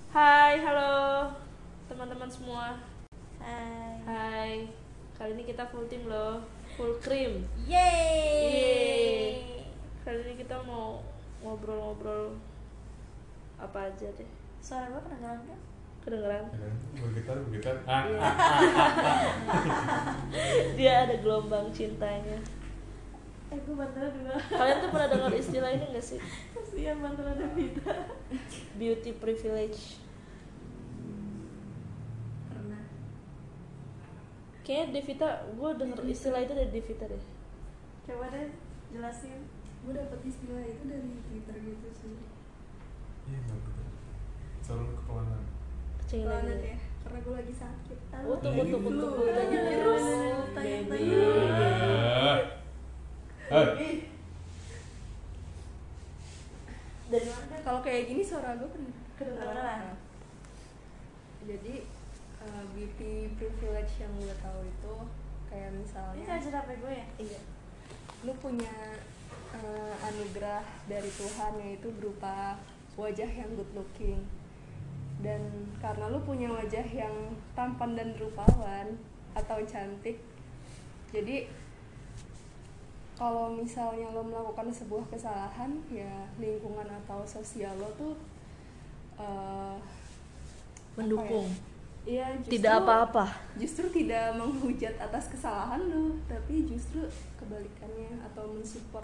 Hai, halo teman-teman semua. Hai. Hai. Kali ini kita full team loh, full cream. Yeay. Kali ini kita mau ngobrol-ngobrol apa aja deh. Suara gue kedengeran gak? Kedengeran? Bergetar. Iya. Dia ada gelombang cintanya. Gue bantuan juga. Kalian tuh pernah dengar istilah ini nggak sih? Kasian bantuan ada Vita. Beauty privilege. Pernah. Kayaknya Devita, gue denger istilah itu dari Devita deh. Coba deh jelasin. Gue dapet istilah itu dari Twitter gitu sih. Iya nggak betul. Selalu kepalanan. Kecil Banget lagi. ya, karena gue lagi sakit. Oh, tunggu. Tanya terus. Tanya-tanya. Dari mana? Kalau kayak gini suara gue Kedengeran. Jadi beauty privilege yang gue tahu itu kayak Ini misalnya charger HP gue ya? iya, lu punya anugerah dari Tuhan yaitu berupa wajah yang good looking, dan karena lu punya wajah yang tampan dan rupawan atau cantik, jadi kalau misalnya lo melakukan sebuah kesalahan, ya lingkungan atau sosial lo tuh Mendukung. Iya, Tidak apa-apa. justru tidak menghujat atas kesalahan lo, tapi justru kebalikannya atau mensupport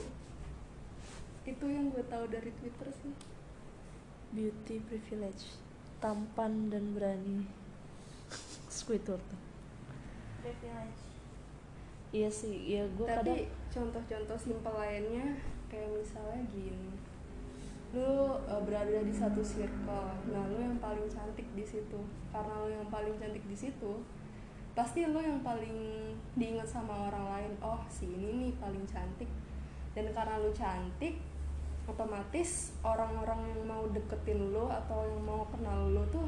itu yang gue tahu dari Twitter sih. Beauty privilege, tampan dan berani. Squidward tuh. Privilege. Iya sih, iya gue kadang. Tapi contoh-contoh simpel lainnya kayak misalnya gini, lu berada di satu circle, nah lu yang paling cantik di situ, karena lu yang paling cantik di situ, pasti lu yang paling diingat sama orang lain. Oh, si ini nih paling cantik, dan karena lu cantik, otomatis orang-orang yang mau deketin lu atau yang mau kenal lu tuh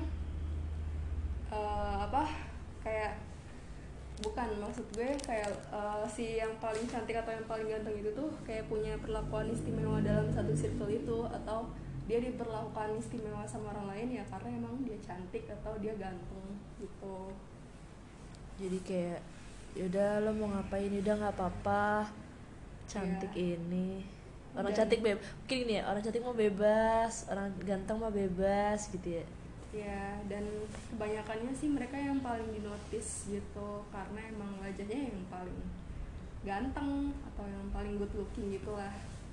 kayak bukan, maksud gue kayak si yang paling cantik atau yang paling ganteng itu tuh kayak punya perlakuan istimewa dalam satu circle itu, atau dia diperlakukan istimewa sama orang lain ya karena emang dia cantik atau dia ganteng gitu. Jadi kayak yaudah lo mau ngapain, udah nggak apa-apa, cantik ini orang Dan- cantik mungkin gini ya, orang cantik mau bebas, orang ganteng mau bebas gitu ya. Ya, dan kebanyakannya sih mereka yang paling dinotis gitu karena emang wajahnya yang paling ganteng atau yang paling good looking gitulah.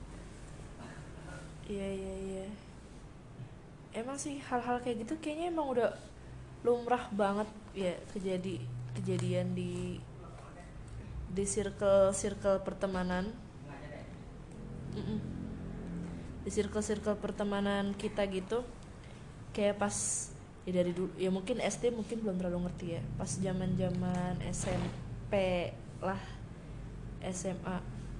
Iya. Emang sih hal-hal kayak gitu kayaknya emang udah lumrah banget ya kejadian di circle pertemanan. Di circle pertemanan kita gitu, kayak pas ya dari dulu ya, mungkin SD mungkin belum terlalu ngerti ya, pas zaman SMP lah, SMA,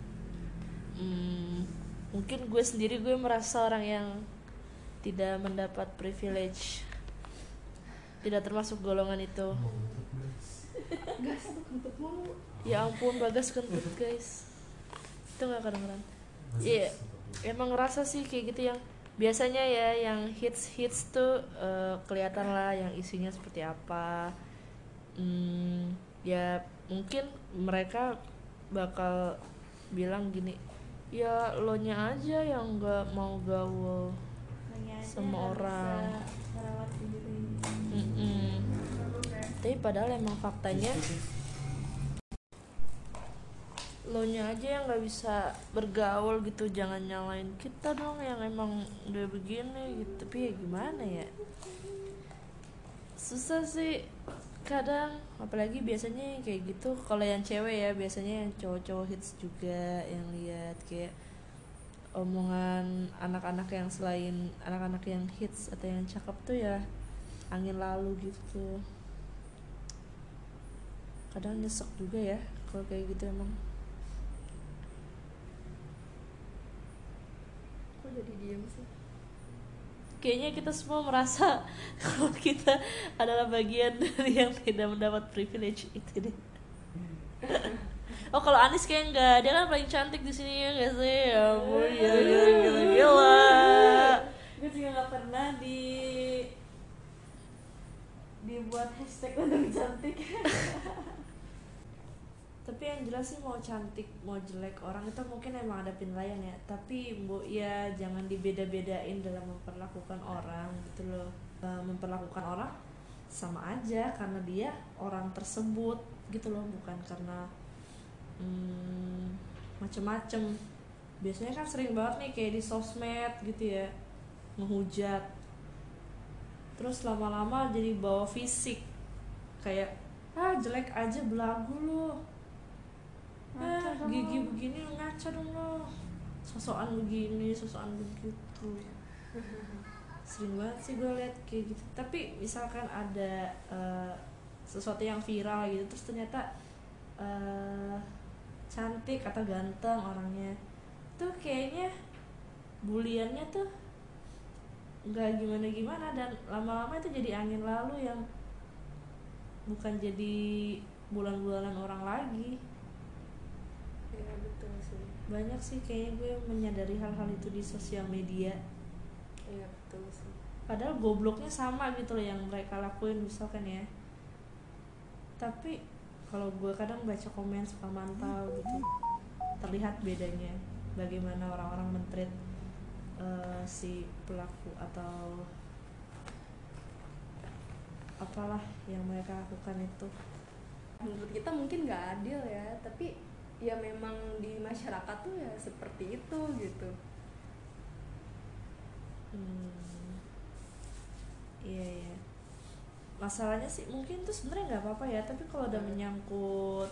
mungkin gue sendiri gue merasa orang yang tidak mendapat privilege, tidak termasuk golongan itu. Gas tuh kentut mulu. Ya ampun, Bagas kentut guys, itu nggak kedengeran. Iya, emang ngerasa sih kayak gitu, yang biasanya ya yang hits tuh kelihatan lah yang isinya seperti apa. Ya mungkin mereka bakal bilang gini, ya lo nya aja yang nggak mau gaul sama orang. Merawat diri. Tapi padahal emang faktanya lo nya aja yang nggak bisa bergaul gitu, jangan nyalain kita dong yang emang udah begini gitu. Tapi ya gimana ya, susah sih kadang, apalagi biasanya yang kayak gitu. Kalau yang cewek ya, biasanya yang cowok-cowok hits juga yang lihat kayak omongan anak-anak yang selain anak-anak yang hits atau yang cakep tuh ya angin lalu gitu. Kadang nyesek juga ya kalau kayak gitu emang. Kok jadi diem sih? Kayaknya kita semua merasa kalau kita adalah bagian dari yang tidak mendapat privilege itu deh. Oh, kalau Anis kayak enggak, dia kan paling cantik di sini ya nggak sih? Ya ampun, ya gila. Gue juga nggak pernah buat hashtag untuk cantik. Tapi yang jelas sih mau cantik mau jelek orang itu mungkin emang ada penilaian ya, tapi ya jangan dibeda-bedain dalam memperlakukan orang gitu loh. Memperlakukan orang sama aja karena dia orang tersebut gitu loh, bukan karena macem-macem. Biasanya kan sering banget nih kayak di sosmed gitu ya, ngehujat, terus lama-lama jadi bawa fisik kayak jelek aja belagu lo, gigi begini ngaca dong lo, sosokan begini sosokan begitu. Sering banget sih gue liat kayak gitu. Tapi misalkan ada sesuatu yang viral gitu terus ternyata cantik atau ganteng orangnya, tuh kayaknya buliannya tuh nggak gimana-gimana, dan lama-lama itu jadi angin lalu yang bukan jadi bulan-bulanan orang lagi. Iya betul sih. Banyak sih kayaknya gue menyadari hal-hal itu di sosial media. Iya betul sih. Padahal gobloknya sama gitu loh yang mereka lakuin misalkan ya. Tapi kalau gue kadang baca komen suka mantau gitu, terlihat bedanya bagaimana orang-orang men-treat si pelaku atau apalah yang mereka lakukan itu. Menurut kita mungkin nggak adil ya, tapi ya memang di masyarakat tuh ya seperti itu gitu. Iya. Masalahnya sih mungkin itu sebenarnya nggak apa-apa ya, tapi kalau udah menyangkut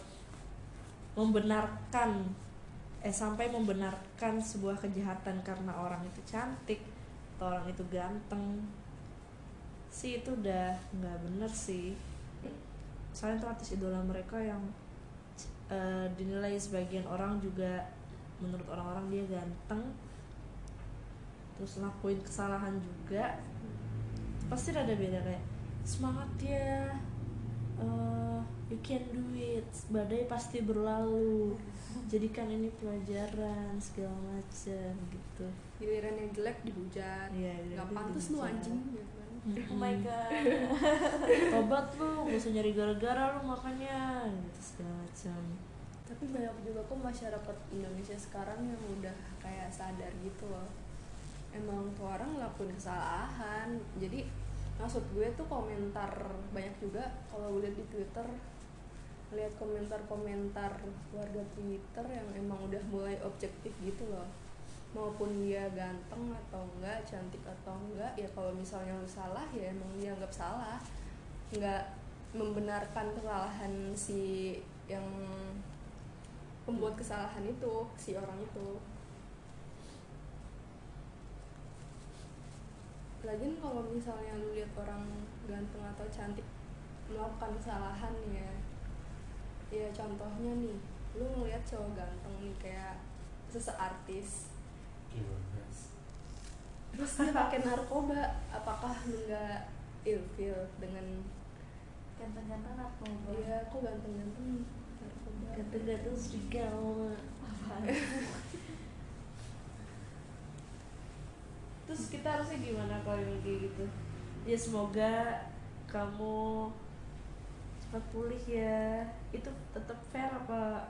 sampai membenarkan sebuah kejahatan karena orang itu cantik atau orang itu ganteng sih, itu udah nggak bener sih. Soalnya itu artis idola mereka yang dinilai sebagian orang juga menurut orang-orang dia ganteng, terus lakuin kesalahan juga, pasti ada beda kayak semangat ya, you can do it, badai pasti berlalu, jadikan ini pelajaran segala macam gitu. Giliran yang jelek dihujat, nggak pantas lu anjing gitu kan. Oh my god. Tobat lu, gak usah nyari gara-gara lu makanya gitu segala macam. Tapi banyak juga kok masyarakat Indonesia sekarang yang udah kayak sadar gitu loh, emang tuh orang ngelakuin kesalahan. Jadi maksud gue tuh komentar banyak juga kalau gue lihat di Twitter, lihat komentar-komentar warga Twitter yang emang udah mulai objektif gitu loh, maupun dia ganteng atau enggak, cantik atau enggak, ya kalau misalnya lu salah ya emang dianggap salah, nggak membenarkan kesalahan si yang pembuat kesalahan itu, si orang itu. Lagian kalau misalnya lu lihat orang ganteng atau cantik melakukan kesalahan ya contohnya nih, lu ngeliat cowok ganteng nih kayak seseartis, terus dia pakai narkoba, apakah lu nggak ilfil dengan Ganteng-ganteng narkoba. iya kok ganteng-ganteng narkoba, Ganteng-ganteng serigala. Terus kita harusnya gimana kalau yang kayak gitu? Ya semoga kamu cepat pulih ya. Itu tetap fair apa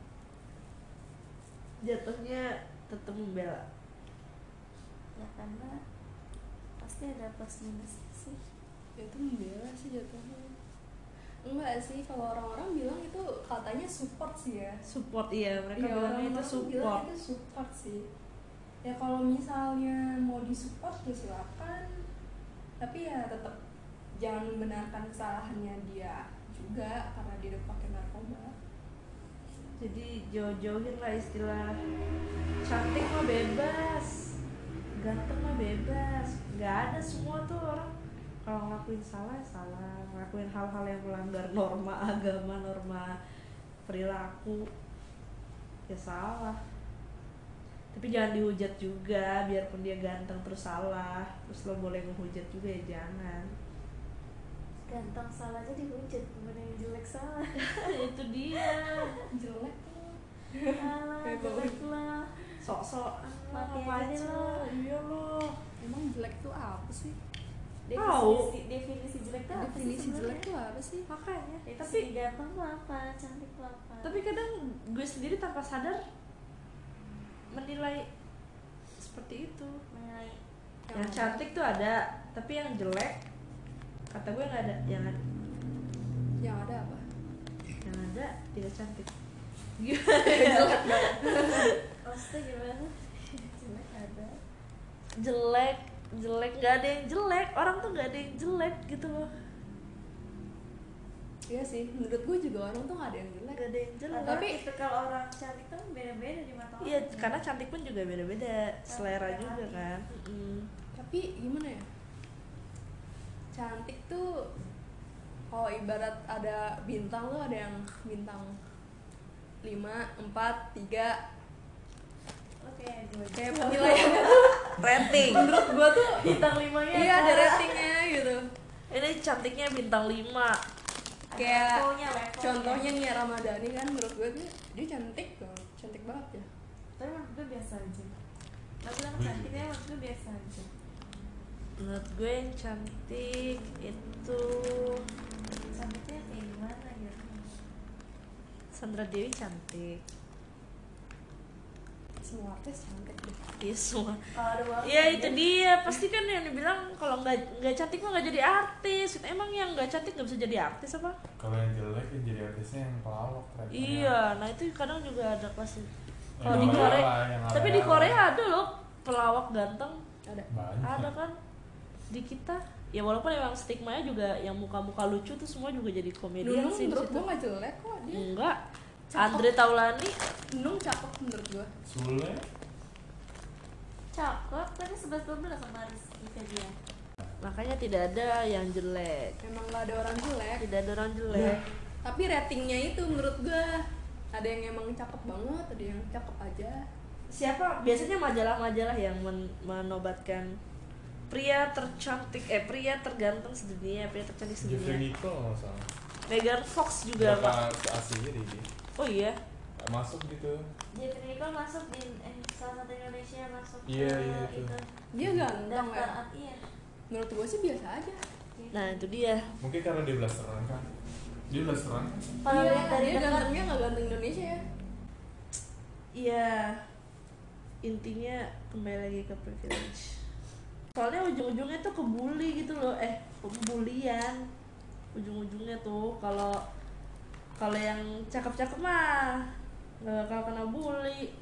jatuhnya tetap membela? Ya karena pasti ada plus minus sih. itu membela sih jatuhnya. Enggak sih, kalau orang-orang bilang itu katanya support sih ya. Support, iya mereka Iya, bilangnya itu orang-orang bilang support. itu support sih. Ya kalau misalnya mau disupport ya silakan, tapi ya tetap jangan membenarkan kesalahannya dia juga karena dia udah pakai narkoba. Jadi jauh-jauhin lah istilah cantik mah bebas, ganteng mah bebas. Nggak ada, semua tuh orang kalau ngelakuin salah ya salah, ngelakuin hal-hal yang melanggar norma agama, norma perilaku ya salah. Tapi jangan dihujat juga, biarpun dia ganteng terus salah, terus lo boleh ngehujat juga ya jangan. Ganteng salah aja dihujat, gimana yang jelek salah. Itu dia. Jelek tuh. Alah, jelek lah. Sok-sok Mati aja ngapain deh sih lo. lo? Iya lo. Emang jelek tuh apa sih? Tahu. definisi jelek tuh apa sih Definisi jelek sebenarnya? tuh apa sih? Makanya Tapi ganteng tuh apa, cantik tuh apa? tapi kadang gue sendiri tanpa sadar menilai seperti itu. menilai Yang cantik tuh ada, tapi yang jelek kata gue nggak ada. Yang ada apa? Yang ada tidak cantik. maksudnya gimana? jelek ada. jelek nggak ada yang jelek, orang tuh nggak ada yang jelek gitu loh. Iya sih, menurut gue juga orang tuh gak ada yang jelek. Nggak ada yang jelek. Tapi kalau orang cantik tuh beda-beda di mata orang. Iya, karena cantik pun juga beda-beda, selera juga kan. Tapi gimana ya? Cantik tuh kalau ibarat ada bintang tuh ada yang bintang 5, 4, 3. Oke, gue Kayak penilaiannya tuh Rating. menurut gue tuh bintang 5-nya iya ada ratingnya gitu. Ini cantiknya bintang 5. Kayak levelnya. contohnya nih Ramadhani kan menurut gue dia cantik tuh, cantik banget ya. Tapi menurut gue biasa aja. Nggak bilang Gue cantik juga. ya, menurut gue biasa aja. Menurut gue yang cantik itu Cantiknya kayak gimana gitu? Sandra Dewi cantik. Semua artis cantik deh. Iya semua. Kalau ada banget. Iya itu dia, pasti kan yang dibilang kalau nggak cantik mah nggak jadi artis. Emang yang nggak cantik nggak bisa jadi artis apa? Kalau yang jelek yang jadi artisnya yang pelawak ternyata. Iya, nah itu kadang juga ada pasti. Yang Kalau di ala-ala, Korea, yang tapi di ala-ala. Korea ada loh pelawak ganteng. Ada. Banyak. Ada kan? Di kita, ya walaupun emang stigmanya juga yang muka-muka lucu tuh semua juga jadi komedian Nunung sih di menurut situ. gue gak jelek kok dia. Enggak. Cakep. Andre Taulani Nunung cakep menurut gue. Sule Cakep, tadi 11-12 sama Rizky Febian. makanya tidak ada yang jelek. Emang gak ada orang jelek. Tidak ada orang jelek. Tapi ratingnya itu menurut gue ada yang emang cakep banget, ada yang cakep aja. Siapa biasanya majalah-majalah yang menobatkan pria tercantik, pria terganteng sedunia, pria tercantik Jeffrey sedunia. Nicole nggak salah. Megan Fox juga pak. Berapa aslinya dia? Oh iya. Masuk gitu. Jeffrey Nicole masuk di salah satu Indonesia masuk Iya, ke iya, itu. Dia ganteng daftar ya. iya. Menurut gue sih biasa aja. Nah itu dia. Mungkin karena dia blasteran kan. Dia blasteran kan? Kalau Iya, lihat dari dia dekat gantengnya gak ganteng Indonesia ya. Iya. Intinya kembali lagi ke privilege. Soalnya ujung-ujungnya tuh kebuli gitu loh, pembulian. Ujung-ujungnya tuh kalau yang cakep-cakep mah nggak bakal kena bully.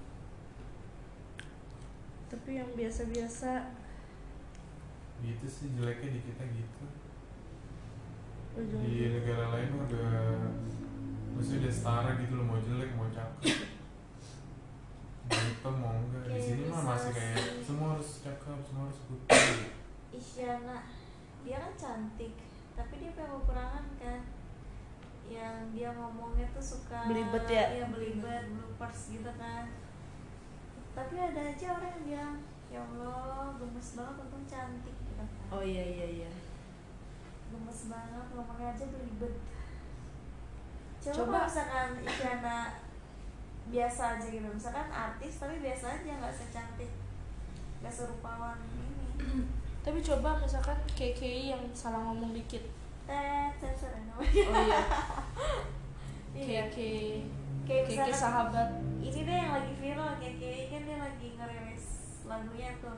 Tapi yang biasa-biasa Gitu sih jeleknya di kita gitu. Di ujung-ujung. negara lain mah maksudnya udah setara gitu loh, mau jelek mau cakep. Mau hitam mau enggak. Di Kayak sini mah bisa masih kayak sih. semua harus cakep, semua harus putih. Isyana, dia kan cantik, tapi dia punya kekurangan kan. Yang dia ngomongnya tuh suka Belibet ya? Iya belibet, bloopers gitu kan. Tapi ada aja orang yang bilang, ya Allah gemes banget untung cantik gitu kan. Oh iya. Gemes banget ngomongnya aja belibet. Coba, Coba. kalau misalkan Isyana biasa aja gitu, misalkan artis tapi biasa aja, nggak secantik, nggak serupawan ini. Tapi coba misalkan KKI yang salah ngomong dikit. Sensor ya namanya. Oh iya. Iya. KK Kayak misalkan sahabat. ini deh yang lagi viral, kayak kan dia lagi ngerilis lagunya tuh,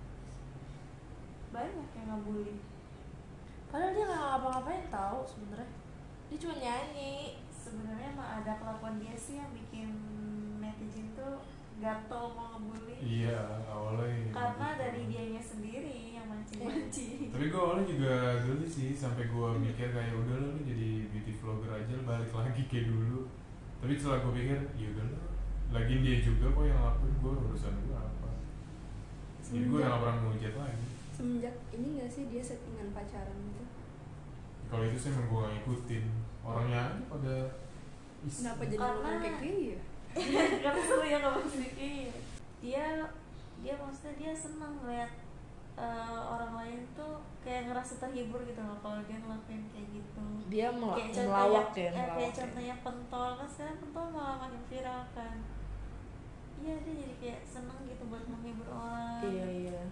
banyak yang ngebully. Padahal dia nggak ngapa-ngapain tahu sebenarnya. Dia cuma nyanyi. Sebenarnya mah ada kelakuan dia sih yang bikin netizen tuh gatel mau ngebully. Iya, awalnya Karena gitu. dari dianya sendiri yang mancing-mancing. Tapi gue awalnya juga geli sih, sampai gue mikir kayak udah lu jadi beauty vlogger aja, balik lagi kayak dulu. Tapi setelah gue pikir, ya udah lah, lagi dia juga kok yang ngelakuin, gue urusan gue apa. Jadi gue gak pernah ngehujat lagi. Semenjak ini gak sih dia settingan pacaran gitu? Kalau itu sih emang gue gak ngikutin, orangnya aja pada Kenapa jadi Karena- ngomong kayak gini ya? Karena seru ya nggak sedikit. Dia maksudnya dia senang ngeliat orang lain tuh kayak ngerasa terhibur gitu loh kalau dia ngelakuin kayak gitu. Dia Kayak melawak contohnya, ya, melawak. kayak contohnya pentol kan sekarang pentol malah makin viral kan. Iya dia jadi kayak seneng gitu buat menghibur orang. Iya.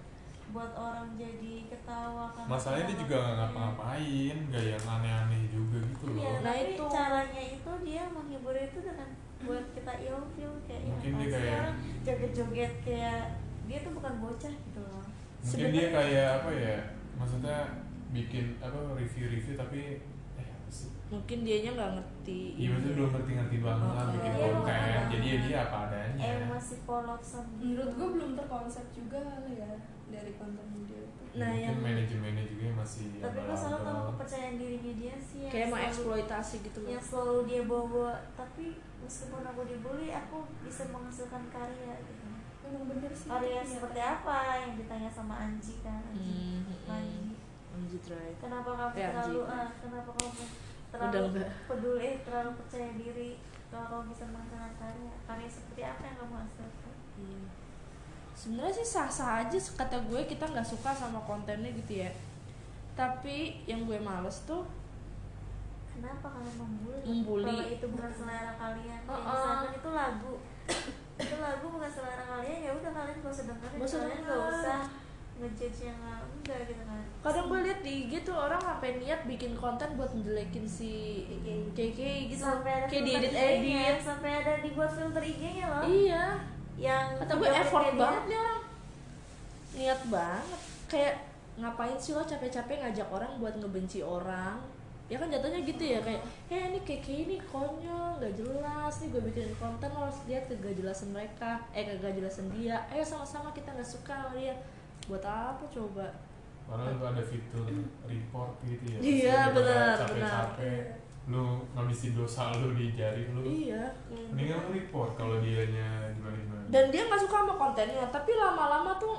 buat orang jadi ketawa karena Masalahnya dia kita juga nggak ngelakuinnya. ngapa-ngapain, nggak yang aneh-aneh juga gitu Iya, loh. Nah, tapi itu. caranya itu dia menghibur itu dengan buat kita ilfeel kayak ya Mungkin dia apaan sih kayak- orang joget-joget kayak dia tuh bukan bocah gitu loh. Mungkin dia Sebenarnya- kayak apa ya, maksudnya bikin apa review-review tapi apa sih? Mungkin dianya nggak ngerti. Iya maksudnya belum ngerti-ngerti banget Oh, bikin iya, konten, makanya. jadi ya dia apa adanya. Masih poloksan Menurut gue belum terkonsep juga kali ya dari konten dia itu. Nah, Mungkin yang- manajemennya juga masih tapi gue selalu tahu abal-abal. kepercayaan dirinya dia sih yang kayak selalu- mengeksploitasi gitu loh. yang selalu dia bawa, tapi meskipun aku dibully aku bisa menghasilkan karya gitu. Emang bener sih. Karya Iya. seperti apa yang ditanya sama Anji kan, Anji. Anji. Anjir, right. Kenapa kamu Ya, terlalu Anji. kenapa kamu Udah terlalu enggak. peduli, terlalu percaya diri kalau kamu bisa menghasilkan karya seperti apa yang kamu hasilkan? Iya. Sebenarnya sih sah-sah aja kata gue, kita nggak suka sama kontennya gitu ya. Tapi yang gue males tuh Kenapa kalian membuli? Membuli. Kalau itu bukan selera kalian. Kayak Oh, misalkan itu lagu, itu lagu bukan selera kalian, ya udah kalian gak usah dengerin. Nggak usah Kalian denger. gak usah ngejudge yang enggak gitu kan. kadang gue lihat di IG tuh orang sampai niat bikin konten buat ngejelekin si KK gitu, Sampai ada kayak filter diedit IG-nya, edit. sampai ada dibuat filter IG-nya loh. Iya, Yang kata gue video effort klipnya banget nih orang, niat banget. Kayak ngapain sih lo capek-capek ngajak orang buat ngebenci orang? Ya kan jatuhnya gitu ya, kayak ini KK ini konyol, gak jelas nih, gue bikinin konten lo harus lihat kegak-jelasan mereka, kegak-jelasan dia. Ayo sama-sama kita nggak suka sama dia. Buat apa coba? Padahal tuh ada fitur report gitu ya. Iya, Terus daripada benar, capek-capek lu ngabisin dosa lu di jari lu. Iya. Mendingan lu report kalau dianya gimana. Dan dia nggak suka sama kontennya, tapi lama-lama tuh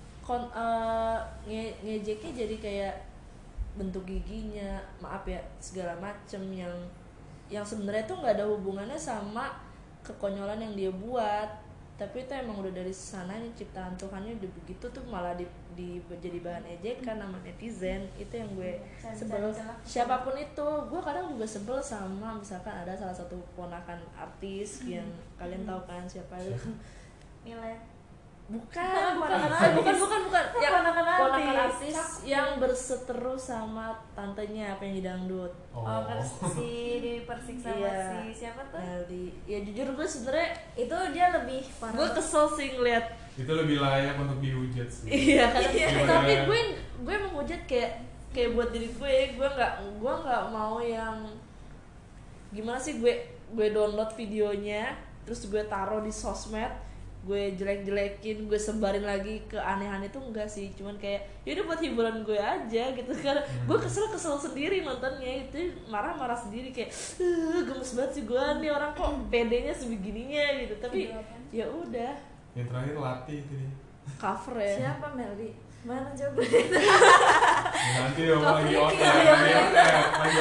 ngejeknya jadi kayak bentuk giginya, maaf ya, segala macem yang sebenarnya tuh nggak ada hubungannya sama kekonyolan yang dia buat, tapi itu emang udah dari sana nih, ciptaan Tuhannya udah begitu tuh, malah jadi bahan ejekan sama netizen. Itu yang gue sebel. Siapapun itu, gue kadang juga sebel sama misalkan ada salah satu ponakan artis yang kalian tahu kan siapa itu. Nilai Bukan. Ponakan Yang Ponakan ponakan artis. artis yang berseteru sama tantenya penyanyi dangdut. Oh, kan si Persik sama Iya. si siapa tuh? Nelly. Ya jujur gue sebenarnya Itu dia lebih parah. gue kesel sih ngeliat. Itu lebih layak untuk dihujat sih. Iya kan. Gimana? Tapi gue menghujat kayak buat diri gue nggak mau yang gimana sih, gue download videonya terus gue taruh di sosmed, gue jelek-jelekin, gue sebarin lagi ke aneh-aneh, tuh enggak sih, cuman kayak yaudah buat hiburan gue aja gitu kan. Gue kesel sendiri nontonnya, itu marah-marah sendiri kayak gemes banget sih gue nih orang, kok pedenya sebegininya gitu. Tapi ya udah, Yang terakhir latih itu nih. cover ya. Siapa Melly? Mana jawabannya? Nanti dong lagi lagi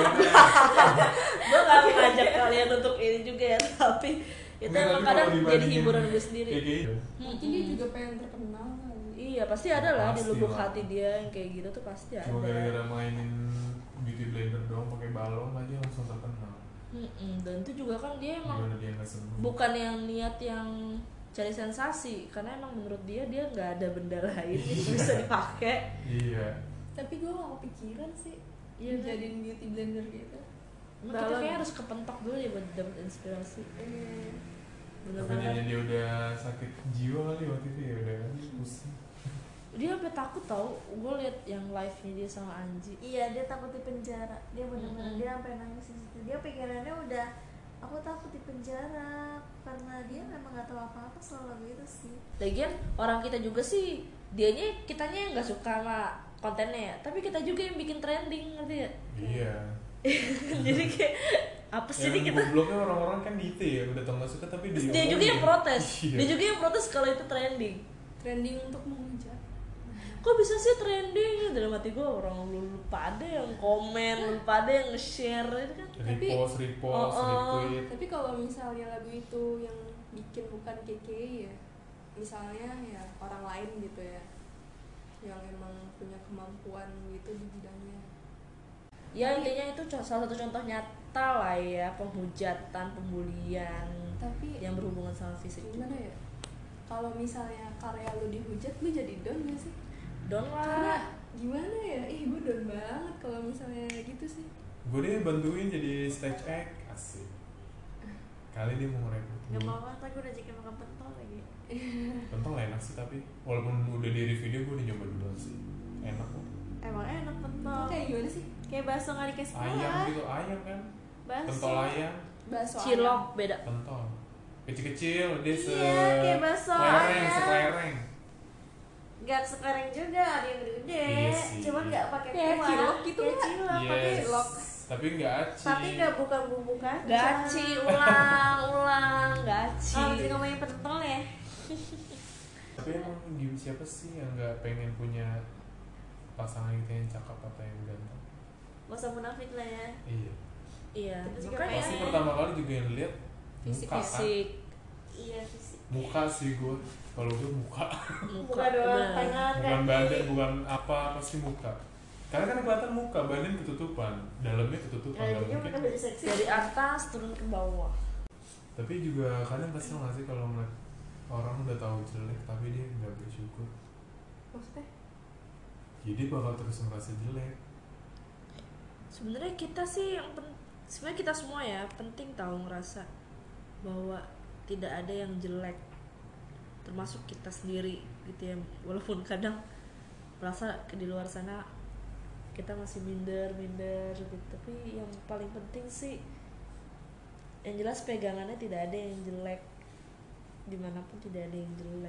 Gue gak ngajak kalian untuk ini juga ya, tapi itu emang kadang jadi hiburan gue sendiri. Kayak gitu. Mungkin dia juga pengen terkenal kali. Iya pasti ada lah di Pasti lubuk lah. hati dia yang kayak gitu tuh pasti ada. Cuma gara-gara mainin beauty blender doang pakai balon aja langsung terkenal. Dan itu juga kan dia emang Gimana dia nggak seneng? bukan yang niat yang cari sensasi, karena emang menurut dia nggak ada benda lain yang bisa dipakai. Iya. Tapi gue gak kepikiran sih. Iya, kan? Jadiin beauty blender gitu. Emang kita Balon. kayak harus kepentok dulu ya buat dapet inspirasi. Tapi Bener-bener. jadinya dia udah sakit jiwa kali waktu itu ya udah kan pusing. Dia sampai takut tau, gue liat yang live-nya dia sama Anji. Iya, dia takut di penjara. Dia benar-benar dia sampai nangis di situ. Dia pikirannya udah, aku takut di penjara karena dia memang nggak tahu apa-apa soal lagu itu sih. Lagian orang kita juga sih, kitanya yang nggak suka sama kontennya ya, tapi kita juga yang bikin trending, ngerti ya? Iya. Jadi kayak apa sih ini Yang kita? gobloknya orang-orang kan gitu ya, udah tau nggak suka tapi Terus dia juga yang protes, Iya. dia juga yang protes kalau itu trending. Trending untuk menghujat. Kok bisa sih trending? Dalam hati gue, orang lu pada yang komen, lu pada yang nge-share itu kan. Repost, retweet. Tapi kalau misalnya lagu itu yang bikin bukan KKI ya, misalnya ya orang lain gitu ya, yang emang punya kemampuan gitu di bidangnya. Ya intinya itu salah satu contoh nyata lah ya, penghujatan, pembulian Tapi yang berhubungan sama fisik. gimana ya? Kalau misalnya karya lu dihujat, lu jadi down gak sih? down Karena lah. gimana ya, gue down banget kalau misalnya gitu sih. Gue deh bantuin jadi stage act, asik. Kali dia mau ngerekrut Gak gue. mau banget, aku udah jadi makan pentol lagi. Pentol enak sih, tapi walaupun udah di review gue udah nyoba duluan sih. Enak kok. Emang enak pentol. Kayak gimana sih? Kayak bakso nggak dikasih Ayam kuah. gitu, ayam kan. Bakso. Pentol ayam, Bakso Cilok beda. pentol. Kecil-kecil, dia Iya, kayak bakso ayam. sekelereng. Gak sekarang juga, ada yang gede-gede. Iya sih. Cuman gak pakai Kayak kuah. cilok gitu Kayak nggak? cilok, pakai Yes. cilok. Tapi nggak aci. Tapi gak bukan bumbu kacang. Gaci, ulang, gaci. Kalau masih ngomongin pentol ya. Tapi emang siapa sih yang nggak pengen punya pasangan gitu yang cakep atau yang ganteng? Gak usah munafik lah ya. Iya. Iya, Kita juga makanya Pasti pengen. pertama kali juga yang lihat Fisik, muka kan. fisik, Iya fisik. Muka sih gue. Kalau gue muka. muka Bukan doang bener. tangan Bukan kaki. badan, bukan apa, pasti muka. Karena kan kelihatan muka, badan ketutupan, dalamnya ketutupan, Nah, nggak jadi mungkin. mereka lebih seksi. Dari atas turun ke bawah. Tapi juga kadang kesel nggak sih kalau ngeliat orang udah tahu jelek tapi dia nggak bersyukur. Maksudnya? Jadi bakal terus merasa jelek. Sebenarnya kita sih yang sebenarnya kita semua ya penting tahu ngerasa bahwa tidak ada yang jelek, termasuk kita sendiri gitu ya. Walaupun kadang merasa di luar sana kita masih minder gitu, tapi yang paling penting sih yang jelas pegangannya tidak ada yang jelek, dimanapun tidak ada yang jelek.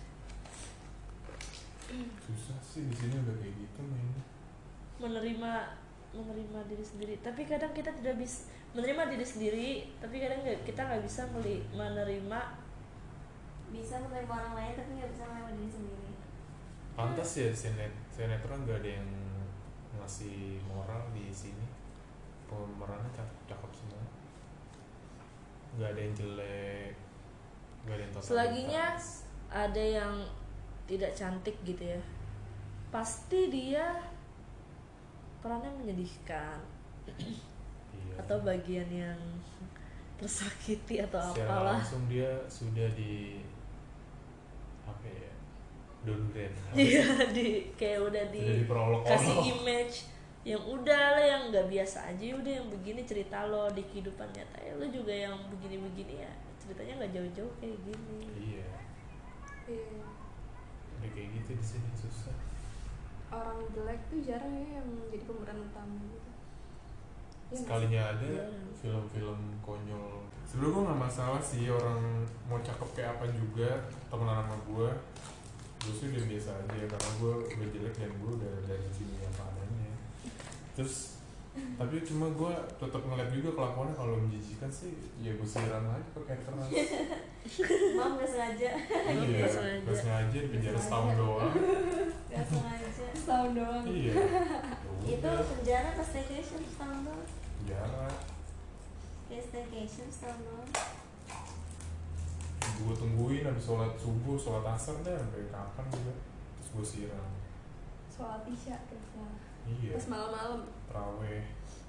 Susah sih di sini udah kayak gitu mainnya. menerima diri sendiri, tapi kadang kita tidak bisa menerima diri sendiri, tapi kadang kita nggak bisa menerima. Bisa menerima orang lain tapi gak bisa menerima diri sendiri. Pantas ya sinetron nggak ada yang ngasih moral di sini. Pemerannya cakep semua. Nggak ada yang jelek, nggak ada yang totalitas. Selaginya ada yang tidak cantik gitu ya, pasti dia perannya menyedihkan. Iya. Atau bagian yang tersakiti atau Secara apalah. langsung dia sudah di apa ya, downgrade. Iya, kayak udah Sudah diperolok-olok. kasih image yang udah lah, yang nggak biasa aja, udah yang begini cerita lo di kehidupan nyata ya, lo juga yang begini-begini ya, ceritanya nggak jauh-jauh kayak gini. Iya, Iya. udah kayak gitu di sini susah. Orang jelek tuh jarang ya yang jadi pemeran utama gitu. Iya nggak Sekalinya ada Jarang. film-film konyol. Sebenarnya gue nggak masalah sih orang mau cakep kayak apa juga, temenan sama gue sih udah biasa aja, karena gue udah jelek dan gue udah dari sini apa adanya. Terus tapi cuma gue tetap ngeliat juga kelakuannya, kalau menjijikan sih ya gue siram aja pakai keras. Maaf gak sengaja. Iya, Nggak sengaja. nggak sengaja di penjara setahun doang. Gak sengaja. setahun doang. Iya. Itu penjara pas staycation setahun doang. penjara. Kayak staycation setahun doang. Gue tungguin habis sholat subuh, sholat asar deh sampai kapan juga. Terus gue siram. Sholat isya terus lah. Iya. Pas malam-malam. Terawih.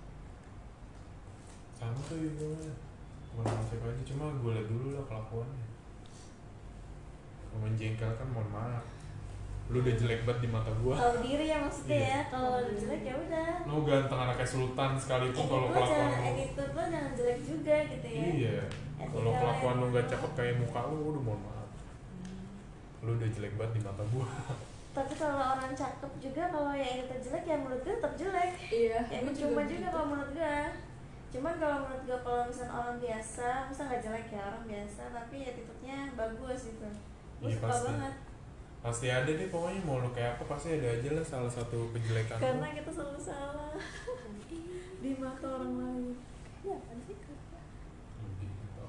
Sama tuh juga. Bukan sama siapa aja, cuma gue liat dulu lah kelakuannya. Kalau menjengkelkan mohon maaf. Lu udah jelek banget di mata gue. Tahu diri ya maksudnya Iya. ya. Kalau udah jelek ya udah. Lu ganteng anaknya sultan sekalipun kalau kelakuan lu. Attitude lo jangan jelek juga gitu ya. Iya. Kalau Etika kelakuan lain. lu gak cakep kayak muka lu, udah mohon maaf. Lu udah jelek banget di mata gue. Tapi kalau orang cakep juga, kalau yang itu jelek ya menurut gue tetap jelek. Iya. Ya gue cuma juga gitu. kalau menurut gue. Cuman kalau menurut gue kalau misalnya orang biasa, masa nggak jelek ya orang biasa, tapi attitude-nya bagus gitu. Gue Iya, suka pasti. banget. Pasti ada deh, pokoknya mau lu kayak apa pasti ada aja lah salah satu kejelekan Karena lu. kita selalu salah di mata orang lain. Iya kan sih. Lebih gitu.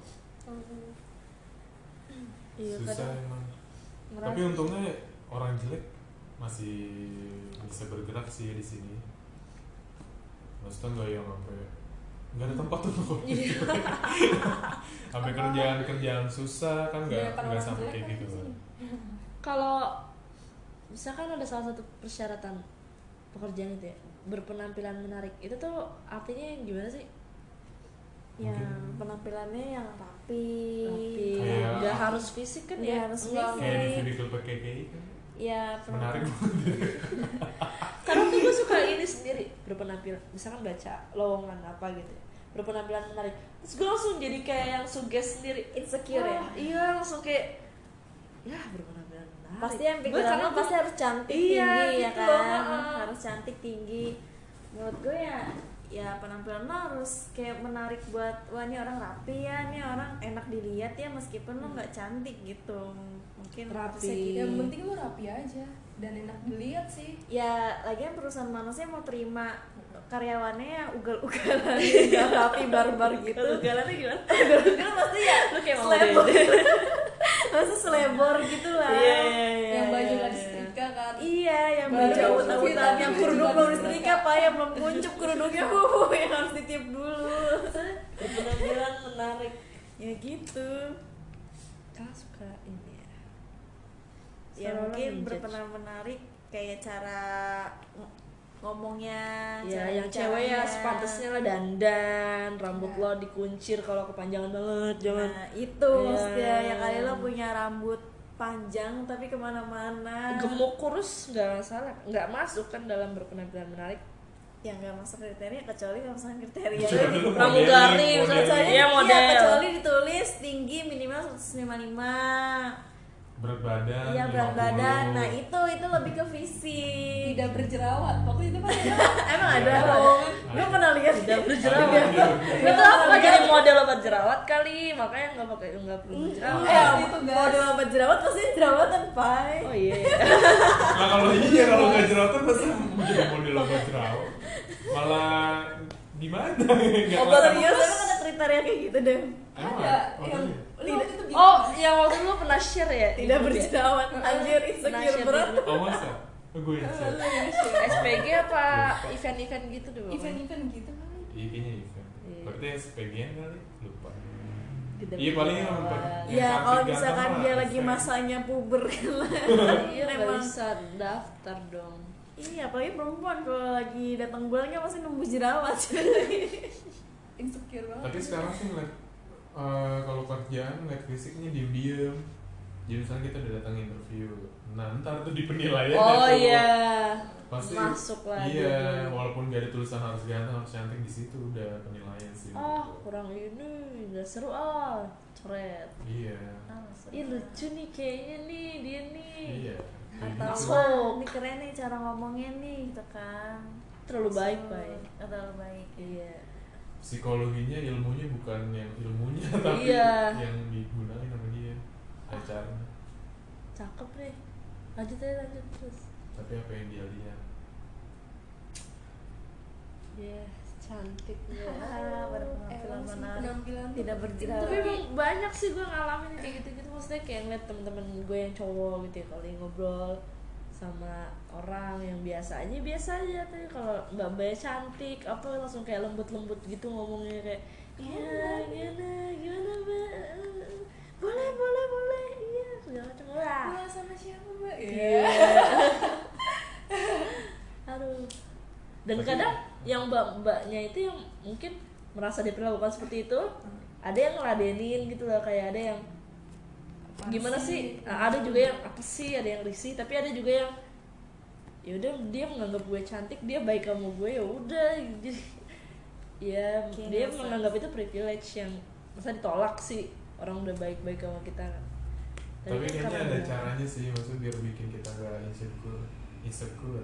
Iya, Susah kadang emang. ngerasa- Tapi untungnya orang jelek masih bisa bergerak sih ya di sini. Maksudnya nggak yang sampai nggak ada tempat untuk Iya. sampai kerjaan susah kan, nggak Kebanyakan orang sampai jelek kayak kan gitu di kan. sini. Kalau misalkan ada salah satu persyaratan pekerjaan itu ya, berpenampilan menarik, itu tuh artinya yang gimana sih? Yang Mungkin- penampilannya yang rapi, Tapi Kayak- nggak harus fisik kan Nggak ya? harus Enggak, fisik. Kayak di video klip KKI kan. ya Menarik penampilan. banget. Karena tuh gue suka ini sendiri, berpenampilan, misalkan baca lowongan apa gitu ya, berpenampilan menarik, terus gue langsung jadi kayak yang suges sendiri, Insecure ya? iya langsung kayak ya berpenampilan menarik Pasti yang Gua pikiran karena lo tuh- pasti harus cantik iya, tinggi ya gitu kan, loh, heeh. harus cantik tinggi. Menurut gue ya penampilan lo harus kayak menarik buat wah ini orang rapi ya, ini orang enak dilihat ya meskipun lo nggak cantik gitu. Mungkin Rapi. harusnya gitu. Yang penting lu rapi aja dan enak dilihat sih. Ya lagian perusahaan manusia mau terima karyawannya yang ugal-ugalan nggak rapi barbar gitu. Ugalannya gimana? Ugal-ugalan pasti ya Lu kayak mau selebor, deh. masa selebor gitu lah. Iya, Yang baju nggak disetrika kan. Iya, yang Baju baju awut-awutan, tapi yang baju kerudung nggak belum disetrika. disetrika apa yang belum kuncup kerudungnya, yang harus ditiup dulu. Berpenampilan menarik. Ya gitu. Kak suka ini ya. Ya Seolah-olah mungkin menjudge. berperan menarik kayak cara ngomongnya. Ya cara yang cewek ya bicaranya. sepantasnya lah dandan, rambut Ya. lo dikuncir kalau kepanjangan banget, jangan. Nah itu Iya. maksudnya ya kali lo punya rambut panjang tapi kemana-mana. Gemuk kurus nggak masalah, nggak masuk kan dalam berpenampilan menarik. Ya nggak masuk kriteria kecuali kalau misalnya kriteria Kecuali lo lu Pramugari, modeling, misalnya. modeling. Iya, model. kecuali ditulis tinggi minimal 155. Berat badan. Iya berat 50. badan. Nah itu lebih ke fisik. Tidak berjerawat. Waktu itu kan Emang ada Iya. dong. Gue pernah lihat. Tidak berjerawat. Ada. Itu apa jadi model obat jerawat kali, makanya nggak pakai nggak perlu jerawat. itu guys. Model obat jerawat pasti jerawatan pai. Oh iya. Nah kalau iya kalau nggak jerawatan masa mau jadi model obat jerawat? Malah gimana? Nggak Obat makan. serius emang ada kriteria kayak gitu deh. Emang Ada ada? yang Makanya. lu waktu itu bilang, Oh, yang waktu itu lo pernah share ya? di Tidak grup ya? berjerawat. Anjir Pernah insecure share di berat. grup. Oh masa? Oh, gue yang share. lu yang share. SPG apa event-event gitu deh pokoknya. Event-event gitu kan. Iya kayaknya event. Iya. Berarti SPG-an kali? Lupa. Tidak Iya paling yang berjerawat. Yang Ya cantik kalau ganteng misalkan mah dia lagi event. masanya puber kan lah. Iya nggak Emang. bisa daftar dong. Iya apalagi perempuan kalau lagi datang bulannya pasti nunggu jerawat. Insecure banget. Tapi sekarang sih ngeliat kalau kerjaan ngeliat fisiknya diem-diem. Jadi misalnya kita udah datang interview, nah ntar tuh di penilaian Oh tuh iya. pasti Masuk lah. iya, walaupun gak ada tulisan harus ganteng harus cantik di situ udah penilaian sih. Kurang ini, nggak seru coret. Iya. Ih lucu nih kayaknya nih dia nih. Iya. Kayak Atau gitu. Masuk. wah ini keren nih cara ngomongnya nih gitu kan. Terlalu baik Masuk. baik. Terlalu baik. Iya. Psikologinya ilmunya bukan yang ilmunya tapi Iya. yang digunain sama dia acaranya. Cakep nih. Lanjut aja lanjut terus. Tapi apa yang dia lihat? Iya cantik ya. Berpenampilan Emang sih menarik. penampilan tuh Tidak penting. berjerawat. Tapi emang banyak sih gue ngalamin kayak gitu-gitu, maksudnya kayak ngeliat temen-temen gue yang cowok gitu ya, kalau yang ngobrol sama orang yang biasa aja, tapi kalau mbak-mbaknya cantik apa langsung kayak lembut-lembut gitu ngomongnya kayak iya gimana mbak, boleh iya segala macam lah. Pulang sama siapa mbak? Iya. Aduh. Dan Tapi- kadang yang mbak-mbaknya itu yang mungkin merasa diperlakukan seperti itu, ada yang ngeladenin gitu loh, kayak ada yang gimana sih? Nah, ada juga yang apa sih, ada yang risih, tapi ada juga yang ya udah dia menganggap gue cantik, dia baik sama gue, ya udah jadi ya Kayak dia ngerasa. menganggap itu privilege yang masa ditolak sih, orang udah baik-baik sama kita kan. Tapi kan kayaknya karena ada caranya sih, maksudnya biar bikin kita gak insecure. insecure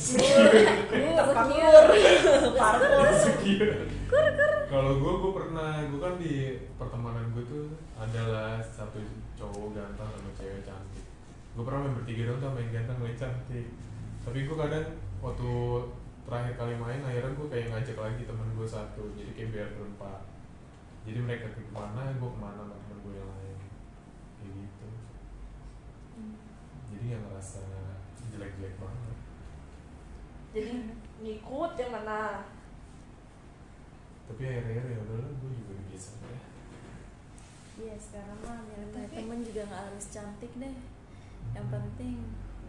Insecure. Kalau gue pernah, gue kan di pertemanan gue tuh adalah satu cowok ganteng sama cewek cantik. Gue pernah main bertiga dong sama yang ganteng sama yang cantik. Tapi gue kadang waktu terakhir kali main akhirnya gue kayak ngajak lagi temen gue satu, jadi kayak biar berempat. Jadi mereka ke kemana, gue kemana sama temen gue yang lain, kayak gitu. Jadi nggak ngerasa jelek-jelek banget. jadi ngikut yang mana. Tapi akhir-akhir ya udahlah, gue juga biasa ya. Iya sekarang mah milih Tapi- temen juga nggak harus cantik deh. Yang penting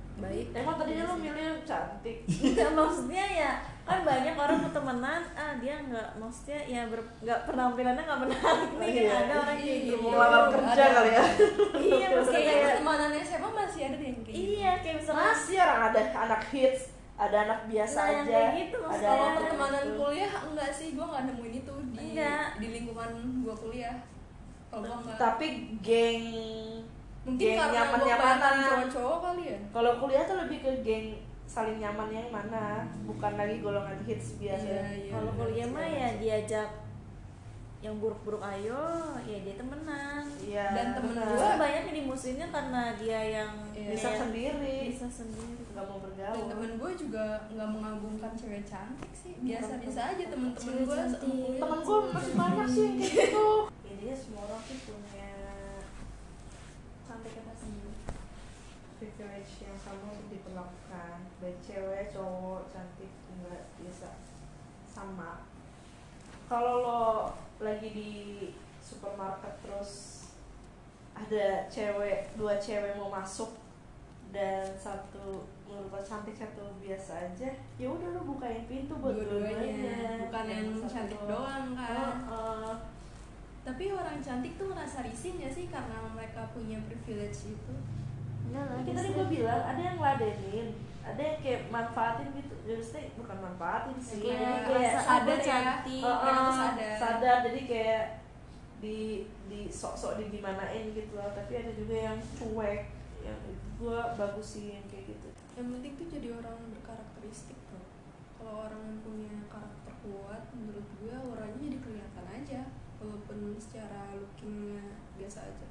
baik. Emang tadinya lo milih yang cantik? Enggak, maksudnya ya kan banyak orang temenan, dia nggak, maksudnya ya nggak, penampilannya nggak menarik nih, Iya. ada orang kayak Iya, gitu. Mau lamar kerja ada. kali ya. Iya, maksudnya Kayak kayak temanannya SMA masih ada deh yang kayak gitu. iya, kayak misalnya Masih orang ada anak hits, ada anak biasa Nah, yang aja, kayak gitu ada maksudnya. Kalau anak pertemanan gitu. kuliah enggak sih, gue nggak nemuin itu Enggak. di lingkungan gue kuliah. Kalau gue enggak. Tapi geng Mungkin geng karena gue nyaman-nyamanan. kelihatan cowok-cowok kali ya. Kalau kuliah tuh lebih ke geng saling nyaman yang mana, bukan lagi golongan hits biasa. Iya. kalau kuliah mah ya diajak yang buruk-buruk ayo, ya dia temenan. Iya. Dan temen benar. Terus banyak yang dimusuhinnya karena dia yang Iya. bisa sendiri, bisa sendiri. nggak mau Dan bergaul. temen gue juga nggak mengagungkan cewek cantik sih, biasa-biasa aja temen-temen Cewek gue. cantik. Temen gue masih banyak sih yang kayak gitu. Intinya semua orang tuh punya Sampai kata sendiri. privilege yang sama untuk diperlakukan, baik cewek, cowok, cantik, enggak biasa sama. Kalau lo lagi di supermarket terus ada dua cewek mau masuk dan satu menurut lo cantik, satu biasa aja, ya udah lo bukain pintu buat Dua-duanya, bukan yang Satu cantik lo. doang kan. Tapi Tapi orang cantik tuh ngerasa risih gak sih karena mereka punya privilege itu? Enggak lah, kita tadi gue bilang ada yang ngeladenin, ada yang kayak manfaatin gitu. Jadi bukan manfaatin sih, Kayak jadi kayak rasa sadar ya. cantik. Mereka tuh sadar. jadi kayak di sok-sok dimanain gitu loh. Tapi ada juga yang cuek, yang gue bagus sih yang kayak gitu. Yang penting tuh jadi orang berkarakteristik bro. Kalau orang yang punya karakter kuat, menurut gue orangnya jadi kelihatan aja, walaupun secara lookingnya biasa aja.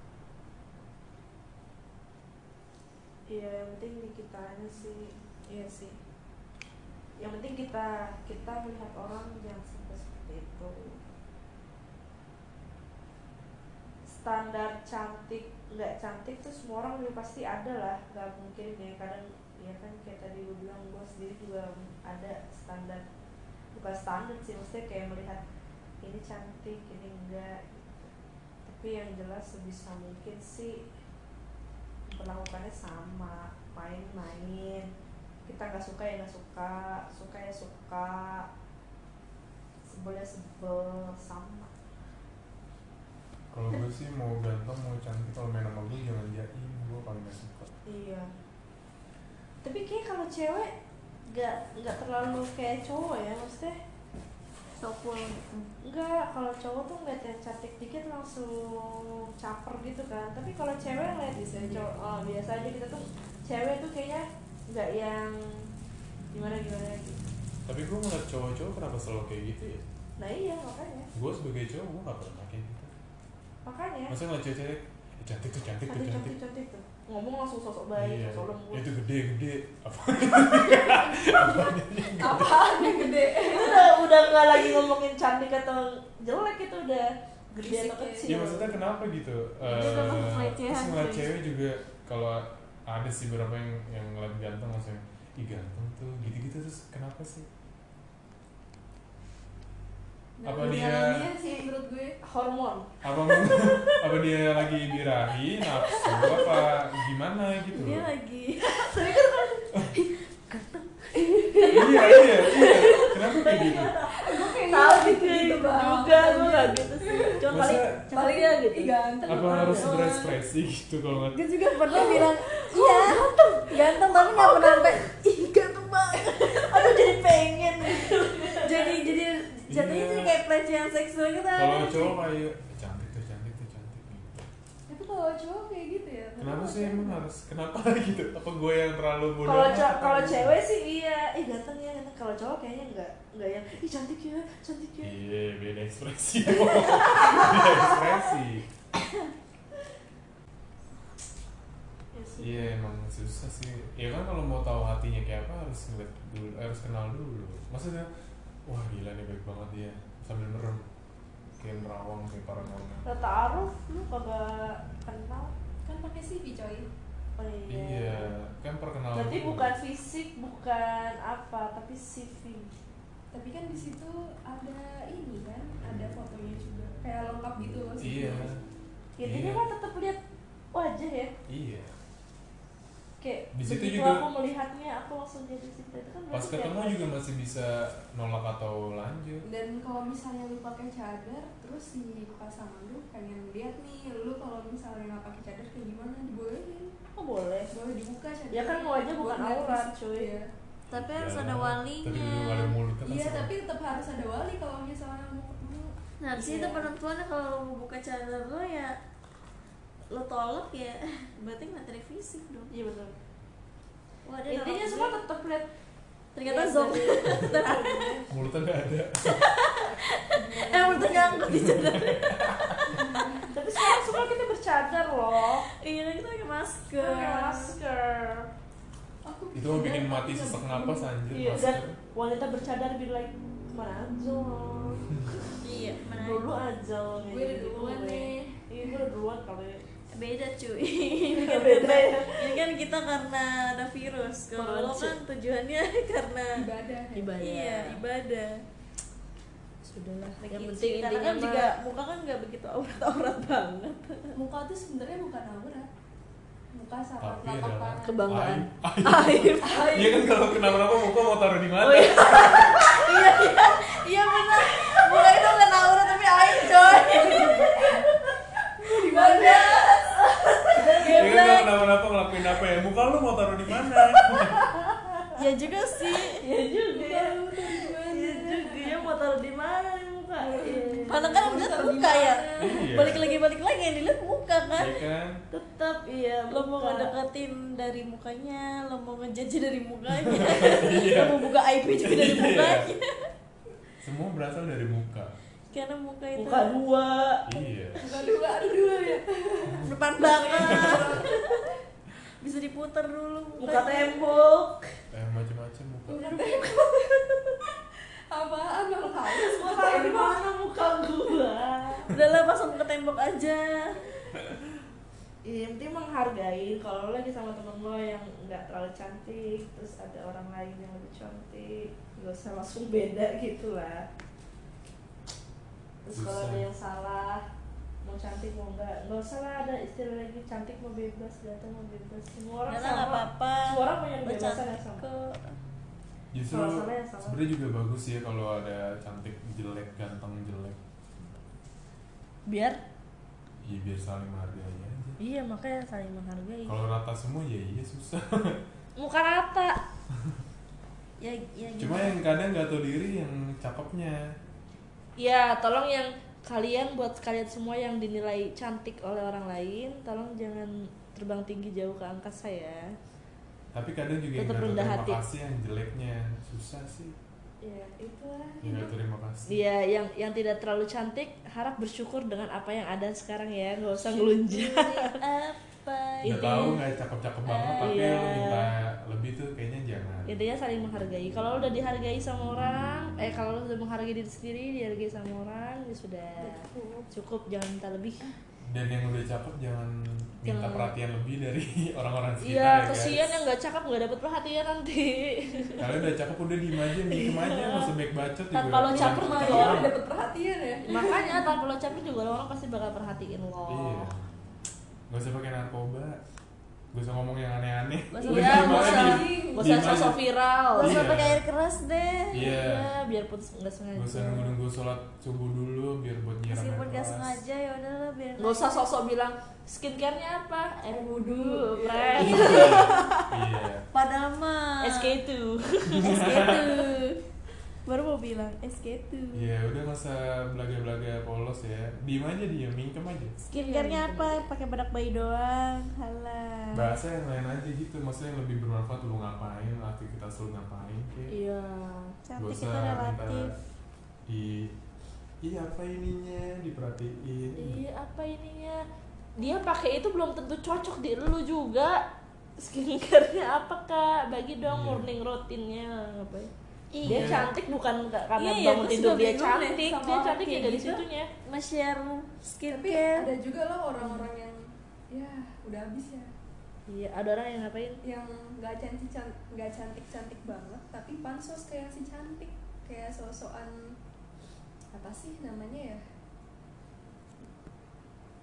Iya, yang penting di kitanya sih. Iya sih. Yang penting kita melihat orang jangan sampai seperti itu. Standar cantik nggak cantik tuh semua orang juga pasti ada lah, nggak mungkin ya. Kadang ya kan kayak tadi gue bilang, gue sendiri juga ada standar, bukan standar sih, maksudnya kayak melihat ini cantik ini enggak gitu. Tapi yang jelas sebisa mungkin sih perlakukannya sama, main-main, kita nggak suka ya nggak suka, suka ya suka, sebel ya sebel, sama. Kalau gue sih mau ganteng mau cantik, kalau main sama gue jangan jaim, gue paling gak suka. Iya. Tapi kayak kalau cewek nggak terlalu kayak cowok ya, maksudnya Sopul gitu. enggak, kalau cowok tuh ngeliat yang cantik dikit langsung caper gitu kan. Tapi kalau cewek ngeliat Biasa aja. cowok, biasa aja, kita tuh cewek tuh kayaknya nggak yang gimana gitu. Tapi gue ngeliat cowok-cowok kenapa selalu kayak gitu ya? Nah iya makanya Gue sebagai cowok gue gak pernah kayak gitu. Maksudnya ngeliat cewek-cewek, cantik tuh cantik tuh cantik. cantik tuh, ngomong langsung sosok baik, Iya, sosok lembut. itu gede apa? Apaan yang gede? Itu udah nggak lagi ngomongin cantik atau jelek, itu udah gede atau Fisik ya. kecil. Iya maksudnya kenapa gitu? Dia udah masuk pelecehan Terus ngeliat sih. cewek juga, kalau ada sih beberapa yang ngeliat ganteng langsung, ih ganteng tuh, gitu-gitu. Terus kenapa sih? Apa dia sih menurut gue. Hormon. apa dia lagi birahi, nafsu, apa gimana gitu? Dia lagi Iya. Kenapa kayak gitu? Tahu gitu gitu, Bang. juga, gue nggak gitu sih. Cuma paling Masa paling ya gitu. Ganteng. apa harus berekspresi gitu kalau nggak? Gue juga pernah bilang iya ganteng tapi nggak pernah sampai ih ganteng banget. Aduh jadi pengen gitu. jadi jatuhnya Iya. jadi kayak pelecehan seksual gitu. Kalau cowok kayak cantik tuh gitu. Tapi kalau cowok kayak gitu ya. Kenapa sih emang harus? Kenapa gitu? Apa gue yang terlalu bodoh? Kalau cewek sih iya, ih ganteng ya ganteng. Kalau cowok kayaknya enggak yang ih cantik ya. Iya, beda ekspresi. Beda ekspresi. Ya sih. Iya, emang susah sih. Ya kan kalau mau tahu hatinya kayak apa harus ngeliat dulu, harus kenal dulu. Maksudnya, wah gila nih baik banget dia, sambil merem, kayak nerawang kayak paranormal. Lo taruh lu kagak kenal. Kan pakai CV coy. Oh Iya, kan perkenalan. Berarti dulu. bukan fisik, bukan apa, tapi CV. Tapi kan di situ ada ini kan, ada fotonya juga. Kayak lengkap gitu loh. Iya. Intinya Iya. kan tetap lihat wajah ya. Iya. kayak Di situ begitu juga- aku melihatnya aku langsung jatuh cinta. Itu kan Pas berarti ketemu kayak juga masih bisa nolak atau lanjut. Dan kalau misalnya lu pakai cadar, terus si pasangan lu pengen lihat nih, lu kalau misalnya nggak pakai cadar kayak gimana, dibolehin. oh boleh. Boleh dibuka cadar. Ya kan wajah bukan Buat lihat aurat, fisik. cuy. Iya. Tapi harus Ya, ada Tadi walinya. dulu ada mulutnya kan Iya, serem. tapi tetap harus ada wali kalau misalnya mau ketemu. Nah di situ Iya. penentuannya kalau lo mau buka cadar lo ya lo tolak ya berarti materi fisik dong. Iya betul. Wah, dia Intinya nolak semua gue. tetap lihat ternyata lihat zong. dari- Mulutnya nggak ada. Udah nyangkut di cadar. Tapi sekarang semua kita bercadar loh. Iya kita pakai masker. Pakai masker. Aku Itu mau bikin mati sesak napas anjir. Iya, dan masker. wanita bercadar be like mana aja. Iya mana Dulu aja. Gue udah duluan nih. Iya, gue udah duluan kali. beda cuy. Ini kan Beda ya. Ini kan kita karena ada virus. Kalau lo kan tujuannya karena ibadah. Ya. Ibadah. iya ibadah. Sudahlah. Yang Yang penting karena intinya kan mah juga muka kan nggak begitu aurat banget. Muka tuh sebenarnya bukan aurat. Muka sama Tapi telapak adalah tangan. kebanggaan. Aib. Iya kan kalau kenapa-napa muka mau taruh di mana? Oh, iya. Iya benar. Muka itu kan aurat tapi aib coy. Gimana? Iya kan kalau kenapa-napa ngelakuin apa ya? Muka lu mau taruh di mana? Ya juga sih. Iya juga. Iya juga ya mau taruh di mana nih muka? Iya. Karena kan yang dilihat muka ya. Iya. Balik lagi yang dilihat muka kan. Iya kan? Tetap iya lo mau Muka. ngedeketin dari mukanya, lo mau ngejudge dari mukanya, Iya. lo mau buka aib juga dari Iya. mukanya. Semua berasal dari muka. Karena muka itu Muka dua. Iya. Bukan dua, ada dua ya. depan belakang. Bisa diputar dulu Muka tembok. Macam-macam muka. Apaan makhluk halus? Muka di mana muka gua? Udahlah pasang ke tembok aja. Iya, yang penting menghargai kalau lo lagi sama temen lo yang nggak terlalu cantik, terus ada orang lain yang lebih cantik, gak usah langsung beda gitu lah. Terus kalau Susah. ada yang salah, mau cantik mau nggak usah lah ada istilah lagi cantik mau bebas, ganteng mau bebas. Semua orang Udah sama. nggak apa-apa. Semua orang punya Lo kebebasan cantik yang sama. kok. Justru Kalau salah ya salah. sebenarnya juga bagus ya kalau ada cantik jelek, ganteng jelek. Biar Iya biar saling menghargai aja. Iya, makanya saling menghargai. Kalau rata semua ya iya susah. Muka rata. ya Cuma yang kadang nggak tahu diri yang cakepnya. Ya, tolong yang kalian buat kalian semua yang dinilai cantik oleh orang lain, tolong jangan terbang tinggi jauh ke angkasa ya. Tapi kadang juga yang Tetap nggak tahu rendah terima hati. kasih yang jeleknya susah sih. Ya, itulah. Yang nggak terima kasih. Dia yang tidak terlalu cantik harap bersyukur dengan apa yang ada sekarang ya, nggak usah ngelunjak. apa Udah Intinya- tahu nggak cakep-cakep banget tapi iya. lo minta lebih tuh kayaknya jangan. Intinya saling menghargai. Kalau lo udah dihargai sama orang, kalau lo sudah menghargai diri sendiri, dihargai sama orang, ya sudah cukup, jangan minta lebih. Dan yang udah cakep jangan minta Jangan. perhatian lebih dari orang-orang sekitar Iya, ya guys. kesian yang nggak cakep nggak dapet perhatian nanti. Kalian udah cakep udah diem aja, diem aja, nggak usah baik bacot juga. Tanpa lo caper Jangan mah cakep orang doang. Dapat perhatian ya. Makanya tanpa lo caper juga orang pasti bakal perhatiin lo. Iya. Gak usah pakai narkoba. Gak usah ngomong yang aneh-aneh. Gak usah- Udah Iya, diem nggak aja, usah, diem. nggak usah Diem aja. sosok viral. Gak usah Iya. pakai air keras deh. Iya. Biar pun nggak sengaja. Gak usah nunggu sholat subuh dulu biar buat nyiram air Meskipun gak keras. sengaja ya udahlah biar Nggak usah sosok bilang skincare-nya apa, air wudhu, friend, Iya. padahal mah SK2. SK2 baru mau bilang SK2 Iya, udah nggak usah belaga-belaga polos ya. Diem aja, diem, mingkem aja. skincare-nya apa pakai bedak bayi doang halah Bahasa yang lain aja gitu, maksudnya yang lebih bermanfaat lu ngapain, aktivitas lu ngapain kayak. Iya. Gak cantik itu usah minta relatif iya apa ininya diperhatiin. Iya, apa ininya? Dia pakai itu belum tentu cocok di lu juga. Skincare-nya apa Kak? Bagi dong Iya. morning routine-nya ngapain? Iya. Dia cantik bukan karena Iya, bangun terus tidur juga dia bingung deh cantik, sama dia orang cantik ya kayak dari gitu. situnya. nge-share Tapi skincare ada juga loh orang-orang yang ya udah habis ya. Iya, ada orang yang ngapain? Yang nggak cantik banget, tapi pansos kayak si cantik, kayak sosokan apa sih namanya ya?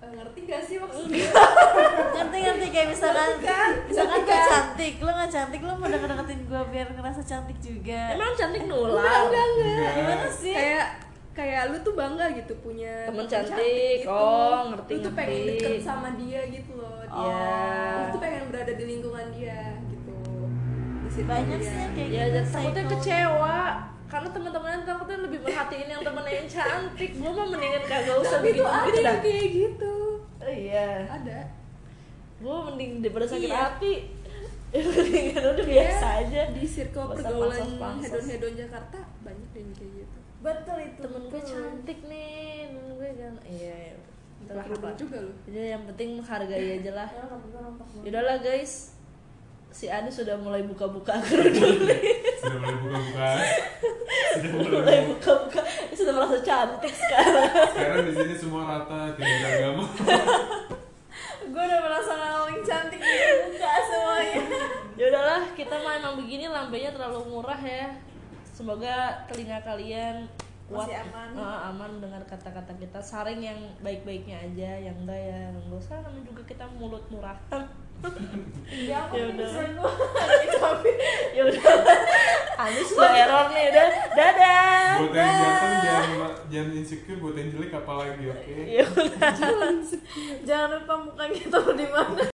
ngerti gak sih maksudnya? ngerti kayak misalkan gue cantik, lo nggak cantik, lo mau deket-deketin gue biar ngerasa cantik juga. Emang cantik nular? Enggak. Gimana sih? Kayak lu tuh bangga gitu punya Temen temen cantik. gitu. Oh, ngerti, Lu tuh pengen ngerti. deket sama dia gitu loh. Iya. Lu tuh pengen berada di lingkungan dia gitu. Di situ Banyak dia. sih yang kayak Ya, gitu. dan takutnya psycho. kecewa karena teman-temannya takutnya lebih merhatiin yang temennya yang cantik. Gue mah mendingan kagak usah Tapi begitu tuh ada gitu dah. yang kayak gitu. Oh, iya. Ada. Gue mending daripada sakit Iya. hati. Mendingan udah biasa aja. Di circle Nggak usah pergaulan pansos-pansos. hedon-hedon Jakarta banyak yang kayak gitu. Betul itu. Temen gue betul. cantik nih, temen gue kan. Iya. Ntar kerudung juga lu. Jadi yang penting menghargai aja lah. Ya, rambut gue rontok banget. Yaudahlah guys, si Ani sudah mulai buka-buka kerudung nih. Sudah mulai buka-buka. Sudah Mulai buka-buka, sudah merasa cantik sekarang. Sekarang di sini semua rata, tidak ada agama. Gue udah merasa paling cantik di muka semuanya. Yaudahlah, kita mah emang begini, lampenya terlalu murah ya. Semoga telinga kalian kuat, Masih aman. aman dengar kata-kata kita. Saring yang baik-baiknya aja, yang enggak ya enggak usah. Namanya juga kita mulut murahan. Iya, Ya aku udah. bisa gue. Tapi Ya udah. Ani sudah error nih, udah. Dadah. Buat yang ganteng jangan insecure, buat yang jelek apalagi, oke? Ya udah. jangan lupa mukanya taruh di mana.